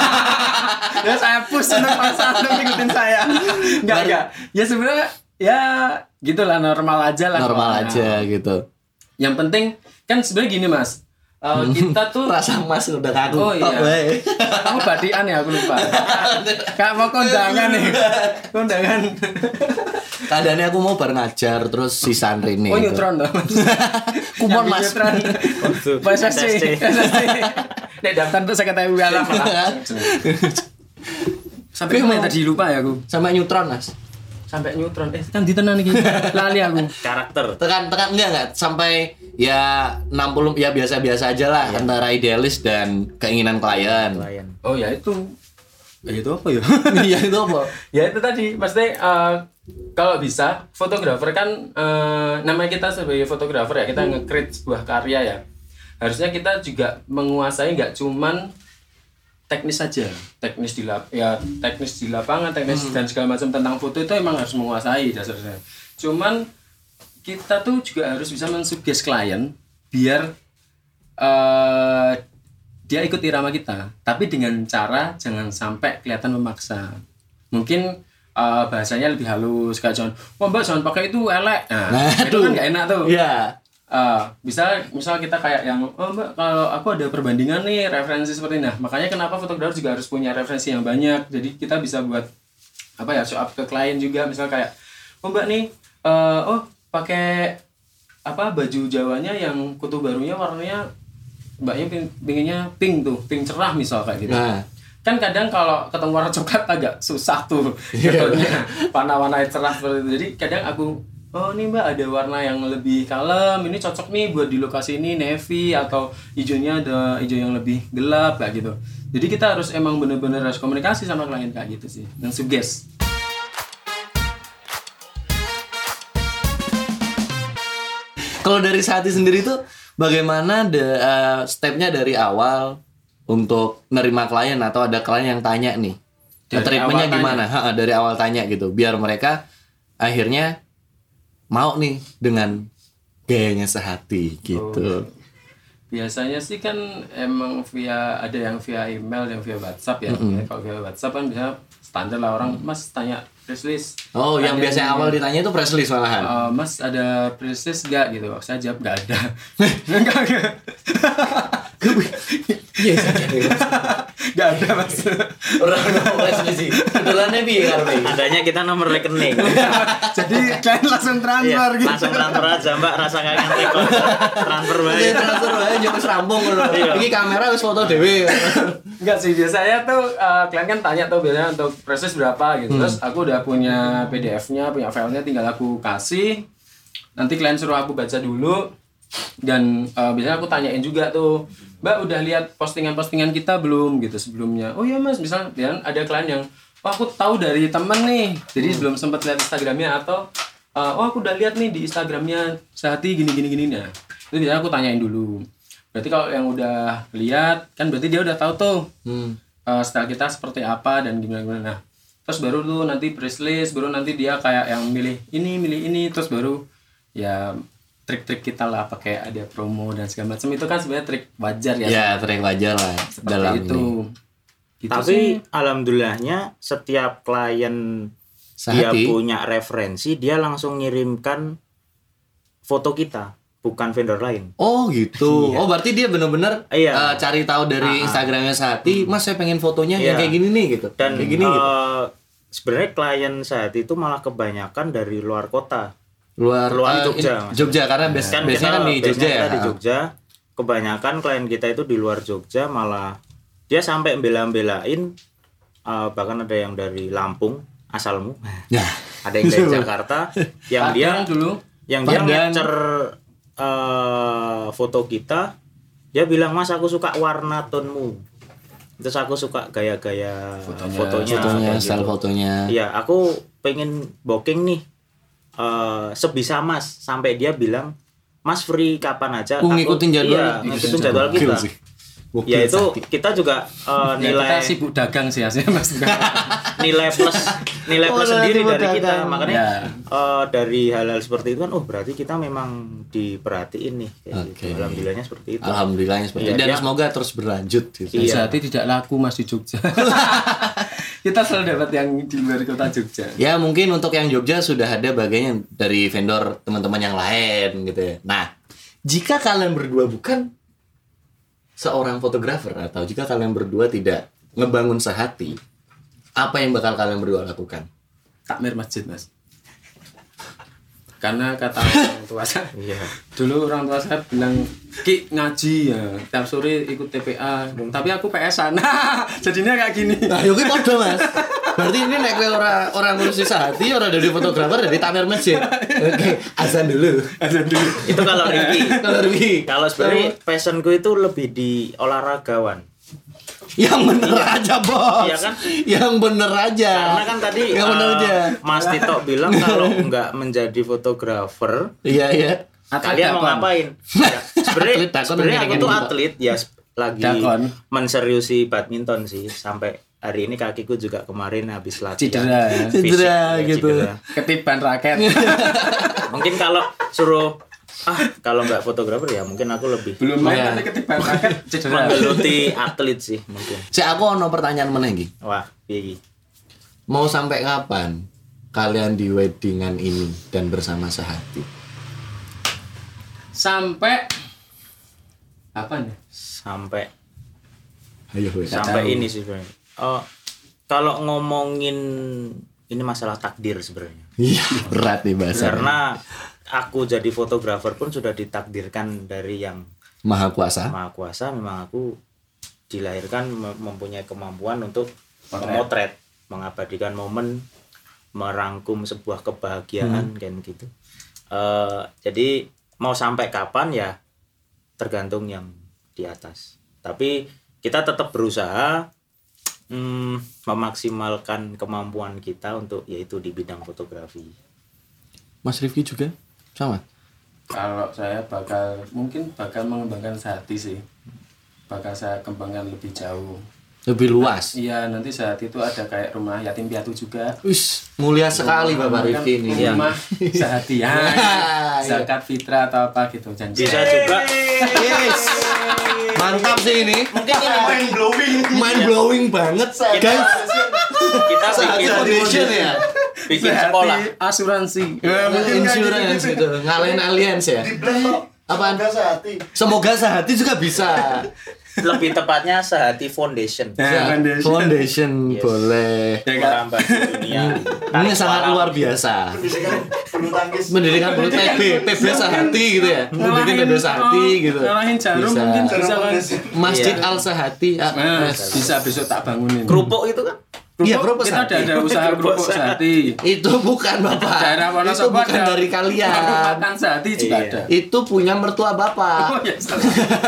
Ya saya push untuk pasar untuk ngikutin saya. Enggak, enggak. Ya sebenarnya ya gitulah, normal aja lah. Normal Nah, aja gitu. Yang penting kan sebenarnya gini Mas. Eh, kita tuh Rasa Mas udah kaku. Oh tok, iya. weh. Kamu badian ya, aku lupa. Kak mau kondangan nih. Kondangan. Keadaannya aku mau bar ngajar terus si Sandri nih. Oh neutron toh. Kupon, Mas. Neutron. P S S C. P S S C. Nek daftar tuh saya kata lah. Sampai Tapi mana mau- tadi lupa ya aku. Sama neutron, Mas. Sampai neutron. Eh kan ditenan iki. Lali aku. Karakter. Tekan tekan enggak enggak sampai ya enam puluh ya biasa-biasa aja lah antara idealis dan keinginan klien. Klien. Oh ya itu. Ya itu apa ya? Iya itu apa? Ya itu tadi maksudnya eh, kalau bisa fotografer kan eh, namanya kita sebagai fotografer ya, kita nge-create sebuah karya ya, harusnya kita juga menguasai nggak cuman teknis saja, teknis di lap ya teknis di lapangan, teknis dan segala macam tentang foto itu emang harus menguasai dasarnya. Cuman kita tuh juga harus bisa mensuggest klien biar eh, dia ikut irama kita, tapi dengan cara jangan sampai kelihatan memaksa. Mungkin uh, bahasanya lebih halus kayak jangan, wah mbak jangan pakai itu elek. Nah, Nah, itu aduh. kan nggak enak tuh. Iya. Uh, bisa misal kita kayak yang oh mbak kalau aku ada perbandingan nih referensi seperti ini. Nah makanya kenapa fotografer juga harus punya referensi yang banyak, jadi kita bisa buat apa ya show up ke klien juga, misal kayak oh mbak nih uh, oh pakai apa baju Jawanya yang kutu barunya warnanya mbaknya ping, pinginnya pink tuh, pink cerah misal kayak gitu. Nah. Kan kadang kalau ketemu warna coklat agak susah tuh ketutnya warna-warna cerah seperti itu. Jadi kadang aku oh ini mbak ada warna yang lebih kalem, ini cocok nih buat di lokasi ini navy atau hijaunya ada hijau yang lebih gelap kayak gitu. Jadi kita harus emang bener-bener harus komunikasi sama klien kayak gitu sih, dan suggest. Kalau dari Sahati sendiri tuh bagaimana de, uh, stepnya dari awal untuk nerima klien atau ada klien yang tanya nih, Dari treatmentnya awal gimana? Ha, dari awal tanya gitu, biar mereka akhirnya mau nih dengan gayanya Sahati gitu. Biasanya sih kan emang via ada yang via email, yang via WhatsApp ya. Mm-hmm. Kalau via WhatsApp kan bisa standar lah orang, Mas tanya press list. Oh, yang Ada biasanya awal ditanya itu press list malahan. Uh, mas ada press list gak gitu? Saya jawab gak ada. Enggak, enggak. Iya, Gak ada mas. orang ngomong press list sih. Kebetulannya piye karena Adanya kita nomor rekening. Jadi klien langsung transfer Iya, gitu. langsung transfer aja mbak, rasa kayak ngetik kok. Transfer Iya, baik. transfer wae njuk wis rampung ngono. Iya. Iki kamera wis foto dhewe. Enggak sih, biasanya tuh uh, klien kan tanya tuh biasanya untuk press list berapa gitu. Hmm. Terus aku udah punya P D F-nya, punya filenya, tinggal aku kasih. Nanti klien suruh aku baca dulu. Dan uh, biasanya aku tanyain juga tuh, Mbak udah lihat postingan-postingan kita belum gitu sebelumnya? Oh iya mas, misal ya, ada klien yang, oh aku tahu dari temen nih, jadi belum sempat lihat Instagramnya, atau uh, oh aku udah lihat nih di Instagramnya Sahati gini-gini-gini. Nah itu biasanya aku tanyain dulu. Berarti kalau yang udah lihat kan berarti dia udah tahu tuh Hmm. uh, style kita seperti apa dan gimana-gimana. Nah terus baru tuh nanti press list, baru nanti dia kayak yang milih ini, milih ini, terus baru ya trik-trik kita lah, pakai ada promo dan segala macam, itu kan sebenarnya trik wajar ya. Ya, trik wajar lah Seperti dalam itu. ini. Gitu Tapi sih. alhamdulillahnya setiap klien dia Sahati. punya referensi, dia langsung ngirimkan foto kita, bukan vendor lain. Oh gitu. Iya. Oh berarti dia benar-benar Iya. uh, cari tahu dari Ah, ah. Instagramnya Sahati, Mas saya pengen fotonya yang Iya. kayak gini nih gitu. Dan kayak gini gitu. eh, sebenarnya klien saat itu malah kebanyakan dari luar kota. Luar luar uh, Jogja, in- Jogja karena bias- Kan biasanya kita- kan di biasanya Jogja ya. kita di Jogja. Kebanyakan klien kita itu di luar Jogja, malah dia sampai bela-belain, eh, bahkan ada yang dari Lampung asalmu, Ya. ada yang dari Jakarta, yang dia Padahal dulu yang dia Padahal- ngecer eh, foto kita, dia bilang mas aku suka warna tonmu, terus aku suka gaya-gaya Fotonya. fotonya, Fotonya, kayak style gitu. fotonya. Iya, aku pengen booking nih, eh, sebisa mas, sampai dia bilang mas free kapan aja. Oh, Aku- ngikutin jadwal. iya, ngikutin jadwal kita. Gokil sih. Gokil Ya itu Sahati. kita juga ya, eh, nilai kita sibuk dagang sih hasilnya mas. nilai plus nilai Oh, plus nilai sendiri plus dari kita, dagang. makanya Ya. eh, dari hal-hal seperti itu kan, oh berarti kita memang diperhatiin nih kayak Oke. gitu. Alhamdulillahnya seperti itu. Alhamdulillahnya seperti Iya, itu. Dan dia- semoga terus berlanjut gitu. Iya. Sahati tidak laku mas di Jogja. Kita selalu dapat yang di luar kota Jogja. Ya mungkin untuk yang Jogja sudah ada bagian dari vendor teman-teman yang lain gitu ya. Nah, jika kalian berdua bukan seorang fotografer atau jika kalian berdua tidak ngebangun Sahati, apa yang bakal kalian berdua lakukan? Takmir masjid mas. Karena kata orang tua saya, Iya. dulu orang tua saya bilang Ki ngaji ya, tiap sore ikut T P A, tapi aku P S-an. Nah, jadinya kayak gini. Nah, yuk podo mas. Berarti ini nek kowe ora ora ngurusi Sahati, ora dari fotografer, dari takmir masjid. Oke, azan dulu. Azan dulu. Itu kalau Ricky. Kalau Rugi, Kalau sebenarnya passionku itu lebih di olahragawan. yang bener aja bos. Iya kan? Yang bener aja. Karena kan tadi yang bener eh, aja. Mas Tito bilang kalau nggak menjadi fotografer, Iya iya. kalian mau dakon. ngapain? Ya, sebenarnya Atlet dakon sebenarnya aku gini-gini tuh gitu. atlet ya, lagi Dakon. menseriusi badminton sih, sampai hari ini kakiku juga kemarin habis latihan. Cedera ya. Fisik, Cedera ya, gitu. cedera. Ketiban raket. Mungkin kalau suruh ah kalau nggak fotografer ya mungkin aku lebih Belum main Iya. nanti ketiban raket cedera. menggeluti atlet sih mungkin. Si aku ono pertanyaan meneh iki. Wah, piye iki? Mau sampai kapan kalian di weddingan ini dan bersama sehati? Sampai apa nih? Sampai Ayo, we. sampai ini sih sebenarnya. Oh, kalau ngomongin ini masalah takdir sebenarnya. Iya, berat nih bahasa. Karena aku jadi fotografer pun sudah ditakdirkan dari yang Maha Kuasa. Maha Kuasa. Memang aku dilahirkan mem- mempunyai kemampuan untuk memotret, mengabadikan momen, merangkum sebuah kebahagiaan, hmm. kayak gitu. Uh, jadi mau sampai kapan ya tergantung yang di atas. Tapi kita tetap berusaha hmm, memaksimalkan kemampuan kita untuk yaitu di bidang fotografi. Mas Rifki juga sama? Kalau saya bakal mungkin bakal mengembangkan sehati sih. Bakal saya kembangkan lebih jauh. Lebih luas. Iya, nanti saat itu ada kayak rumah yatim piatu juga. Wis, mulia sekali Bapak Rifki ini. Rumah sehati ya. Zakat fitrah atau apa gitu janji. Bisa juga. Yes. Mantap sih ini. Mungkin ini Mind blowing. Mind blowing banget. Guys, kita bikin foundation ya. bikin sekolah. Asuransi. Insurance gitu. Ngalahin aliens ya. Di blend Apaan? Semoga sehati. Semoga sehati juga bisa. Lebih tepatnya Sehati Foundation. Nah, foundation. Foundation Yes. boleh. Merambah di dunia. Ini sangat luar biasa. Pendidikan bulu tangkis. Pendidikan bulu P B, P B sehati gitu ya. Pendidikan P B sehati gitu. Ngalahin jarum Bisa. mungkin bisa kan. Masjid Iya. Al Sehati. ah, Nah, eh, bisa besok tak bangunin. Kerupuk itu kan? Iya, kerupuk kita ada sehati. ada usaha kerupuk sehati. Itu bukan Bapak. Daerah Itu Wonosobo bukan ada dari warung kalian. makan sehati juga Iya. ada. Itu punya mertua Oh Bapak. ya, salah.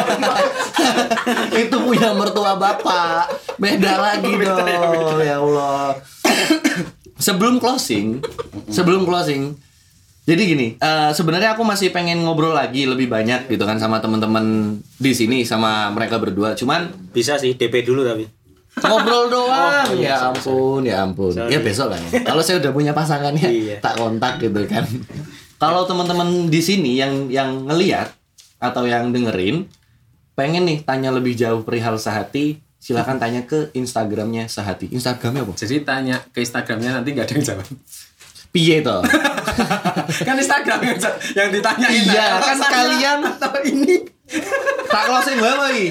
Itu punya mertua Bapak. Beda lagi dong. Ya Allah. Sebelum closing, sebelum closing. Jadi gini, eh, sebenarnya aku masih pengen ngobrol lagi lebih banyak gitu kan sama teman-teman di sini sama mereka berdua. Cuman Bisa sih D P dulu tapi. ngobrol doang. Oh, iya, ya ampun, ya ampun. Sorry. Ya besok lah. Ya. Kalau saya udah punya pasangannya, Iya. tak kontak gitu kan. Kalau teman-teman di sini yang yang ngelihat atau yang dengerin pengen nih tanya lebih jauh perihal Sehati, silakan tanya ke Instagramnya Sehati. Instagramnya apa? Jadi tanya ke Instagramnya nanti nggak ada yang jawab. Piye toh? Kan Instagram yang, yang ditanyain. Iya, nah, kan saya kalian- atau ini Tak closing bae iki.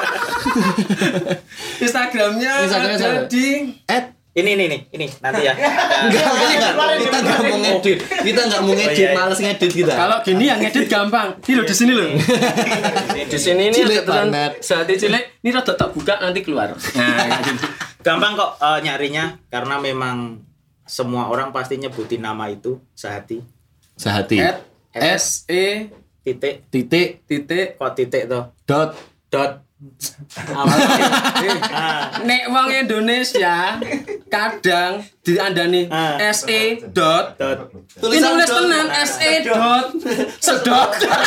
Instagramnya Instagramnya ada siapa? di At Ini ini nih, ini nanti ya. enggak, enggak, enggak. Kita enggak mau ngedit. Kita enggak mau ngedit, Oh, iya. males ngedit kita. kalau gini yang ngedit gampang. Ini loh di sini loh. Di sini ini Cilik ada tulisan banget. Sehati cilik. Ini rada tak buka nanti keluar. Nah, kayak gitu. Gampang kok eh, nyarinya karena memang semua orang pasti nyebutin nama itu Sehati. Sehati. At S S E Titik titik titik kok titik tuh. dot Dot. Ah, nek wong Indonesia kadang diandani Ah. S E dot dot. ini Tulisan tulis dot. tenan S E dot sedot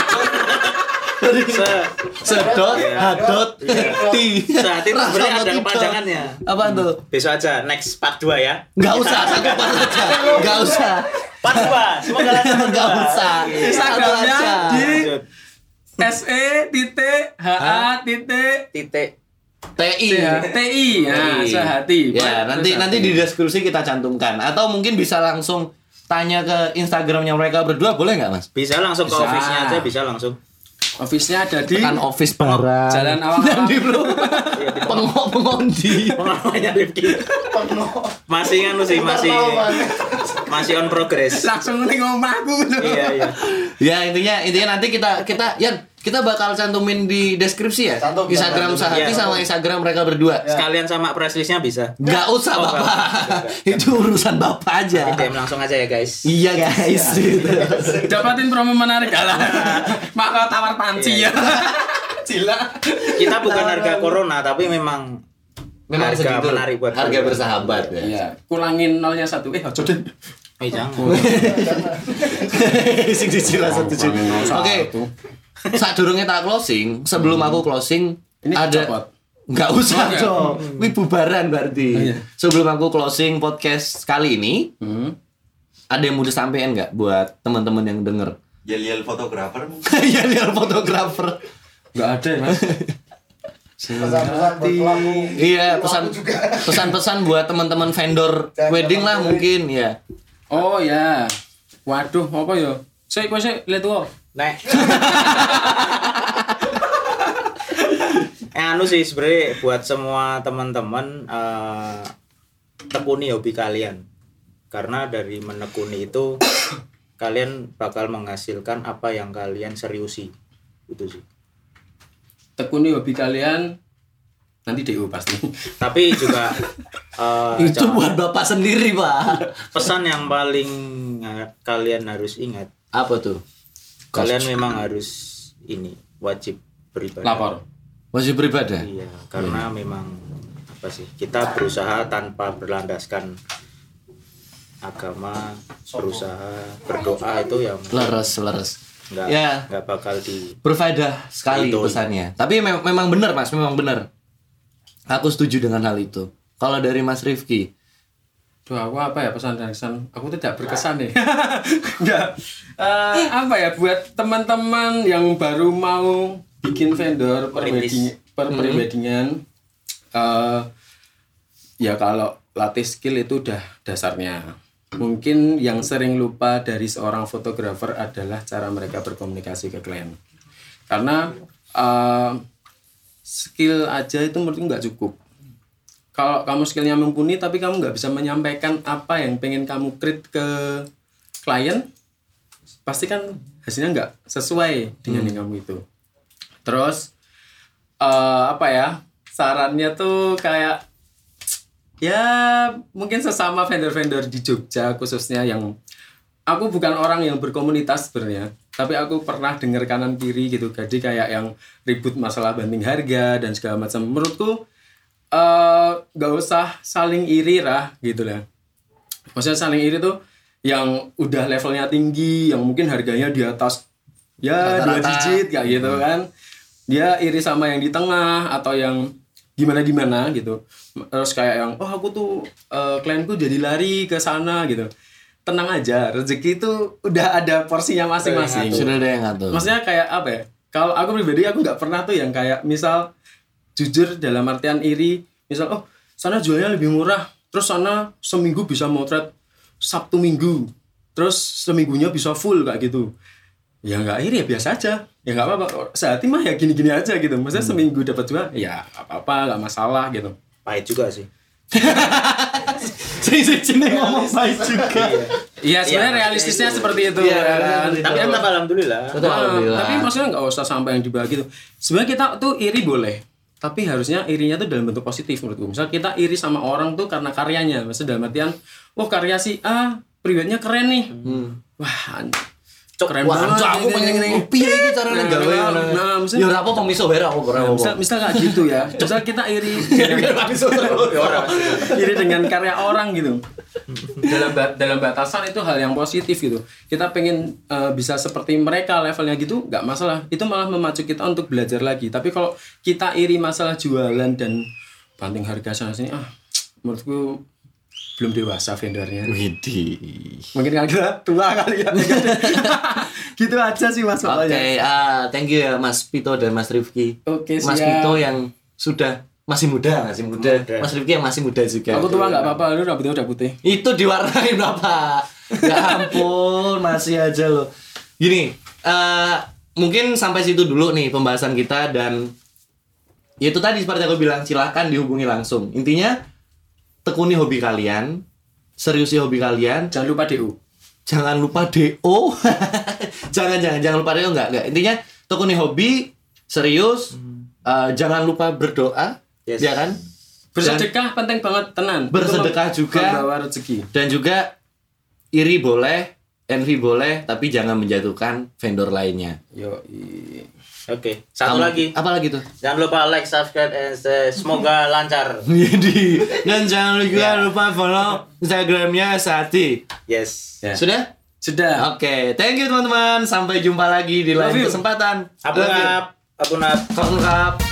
Se sedot Iya. hadot ti. Sehati itu sebenarnya Sama ada tidak. kepanjangannya. Apa tuh? Besok aja next part dua ya. Enggak usah, satu part aja. Enggak usah. Part dua. Semoga lancar part Enggak dua. usah. Iya. Satu Instagramnya aja. di Lanjut. S E titik H A titik Titik. T I. T I nah Sehati. Ya, nanti nanti di deskripsi kita cantumkan atau mungkin bisa langsung tanya ke Instagramnya mereka berdua, boleh nggak Mas? Bisa langsung ke Bisa. office-nya aja, bisa langsung. Office-nya ada di Kan office barang. Jalan Awang-Awang. Di bro. Pengok pengondi. Pengalamannya Rifki. Masih kan sih masih masih on progress. langsung ning omahku gitu. Iya iya. Ya intinya intinya nanti kita kita ya kita bakal cantumin di deskripsi ya. Cantum, Instagram cantum. Sehati Iya. sama Instagram mereka berdua. Sekalian sama press list-nya bisa. Nggak usah Oh, Bapak. nggak. Itu urusan Bapak aja. D M langsung aja ya guys. Iya guys. Gitu. Dapatin promo menarik kalah. Maka tawar panci ya. Cila. Kita bukan harga corona tapi memang Memang harga segitu. menarik buat Harga kalian. bersahabat ya. Iya, kulangin nolnya satu. Eh, ojo deh. Eh jangan. Sing siji rasa tujuh. Oke. Saat durungnya tak closing, sebelum aku closing Ini ada copot. nggak usah Oh, dong. Ini bubaran berarti. Oh, iya. Sebelum aku closing podcast kali ini, Hmm. ada yang mau disampaikan nggak buat teman-teman yang denger? Yel-yel fotografer. Ya lihat fotografer. Enggak ada ya, Mas. Pesan-pesan buat pelaku. Iya, pesan Pelaku juga. pesan-pesan buat teman-teman vendor Jangan wedding lah gampang mungkin ya. Oh ya. Waduh, apa ya? Saya kok saya lihat tuh. Nek. eh, anu sih sebenarnya buat semua teman-teman uh, tekuni hobi kalian. Karena dari menekuni itu kalian bakal menghasilkan apa yang kalian seriusi. Itu sih. Tekuni hobi kalian nanti D U pasti. Tapi juga uh, Itu jangan- buat bapak sendiri, Pak. pesan yang paling uh, kalian harus ingat, Apa tuh? kalian memang harus ini wajib beribadah. Lapor. Wajib beribadah. Iya, karena memang apa sih? Kita berusaha tanpa berlandaskan agama, berusaha berdoa itu yang Leres, leres. nggak Ya. nggak bakal di Berfaedah sekali Itu. pesannya. Tapi mem- memang benar, Mas, memang benar. Aku setuju dengan hal itu. Kalau dari Mas Rifki, Duh, aku apa ya pesan dan kesan? Aku tidak berkesan nih. Enggak. Eh, apa ya buat teman-teman yang baru mau bikin vendor Merintis. perwedding perweddingan eh ya kalau latih skill itu udah dasarnya. Mungkin yang sering lupa dari seorang fotografer adalah cara mereka berkomunikasi ke klien. Karena eh, skill aja itu menurutku nggak cukup. Kalau kamu skillnya mumpuni tapi kamu nggak bisa menyampaikan apa yang pengen kamu create ke klien, pasti kan hasilnya nggak sesuai dengan yang kamu itu. Terus eh, apa ya sarannya tuh kayak ya mungkin sesama vendor-vendor di Jogja khususnya yang aku bukan orang yang berkomunitas sebenarnya, tapi aku pernah dengar kanan kiri gitu, jadi kayak yang ribut masalah banding harga dan segala macam. Menurutku nggak uh, usah saling iri lah gitu lah. Maksudnya saling iri tuh yang udah levelnya tinggi, yang mungkin harganya di atas ya dua Rata-rata. digit kayak gitu kan. Dia iri sama yang di tengah atau yang gimana-gimana gitu. Terus kayak yang oh aku tuh uh, klienku jadi lari ke sana gitu. Tenang aja, rezeki itu udah ada porsinya masing-masing. sudah ada yang ngatur. Maksudnya kayak apa ya? Kalau aku pribadi aku nggak pernah tuh yang kayak misal jujur dalam artian iri, misal oh sana jualnya lebih murah, terus sana seminggu bisa motret Sabtu Minggu, terus seminggunya bisa full kayak gitu. Ya nggak iri ya biasa aja, ya nggak apa-apa. Sehati mah ya gini-gini aja gitu. Maksudnya seminggu dapat jual, ya nggak apa-apa, nggak masalah gitu. pahit juga sih. Sing sing ngomong baik juga. Iya sebenarnya Iya, realistisnya itu. seperti itu. Iya, ya kan? iya, Tapi tetap alhamdulillah. Betul, Nah, alhamdulillah. tapi maksudnya nggak usah sampai yang dibagi gitu. Sebenarnya kita tuh iri boleh, tapi harusnya irinya tuh dalam bentuk positif menurutku. Misal kita iri sama orang tuh karena karyanya, maksudnya dalam artian, oh karya si A, pribadinya keren nih. Wah, an- Cok, keren Wah, banget. anjir, aku ini, pengen ini, ngene ini. piye iki carane Nah, gawe. nah, Nah, misalnya- ya ora apa miso ora apa ora Nah, apa. misal, misal kayak gitu ya. Misal kita iri iri dengan karya orang gitu. Dalam ba- dalam batasan itu hal yang positif gitu. Kita pengen eh, bisa seperti mereka levelnya gitu, nggak masalah. Itu malah memacu kita untuk belajar lagi. Tapi kalau kita iri masalah jualan dan banting harga sana sini, ah, menurutku belum dewasa vendornya. Widih. Mungkin kan kita tua kali ya. Gitu aja sih Mas Oke, soalnya. ah thank you ya Mas Pito dan Mas Rifki. Oke, Mas siap. Pito yang sudah masih muda, masih muda. Muda. Mas Rifki yang masih muda juga. Aku tua nggak apa-apa, lu rambutnya udah putih. Itu diwarnain Bapak. Ya ampun, masih aja loh. Gini, eh mungkin sampai situ dulu nih pembahasan kita dan ya itu tadi seperti aku bilang, silahkan dihubungi langsung. Intinya tekuni hobi kalian, seriusi hobi kalian, Jangan lupa D U. jangan lupa D O. jangan jangan jangan lupa D O enggak enggak. Intinya tekuni hobi, serius, eh, jangan lupa berdoa, Yes. ya kan? Bersedekah penting banget, tenan. Bersedekah Itu mem- juga. membawa rezeki. Dan juga iri boleh, envy boleh, tapi jangan menjatuhkan vendor lainnya. Yo, Oke, satu Kamu- lagi. Apa lagi tuh? Jangan lupa like, subscribe, and share. Semoga lancar. Jadi dan jangan juga Ya. lupa follow Instagramnya Sati. Yes. Ya. Sudah? Sudah. Oke, thank you teman-teman. Sampai jumpa lagi di Love lain you. kesempatan. Abun up, abun up. Abun up.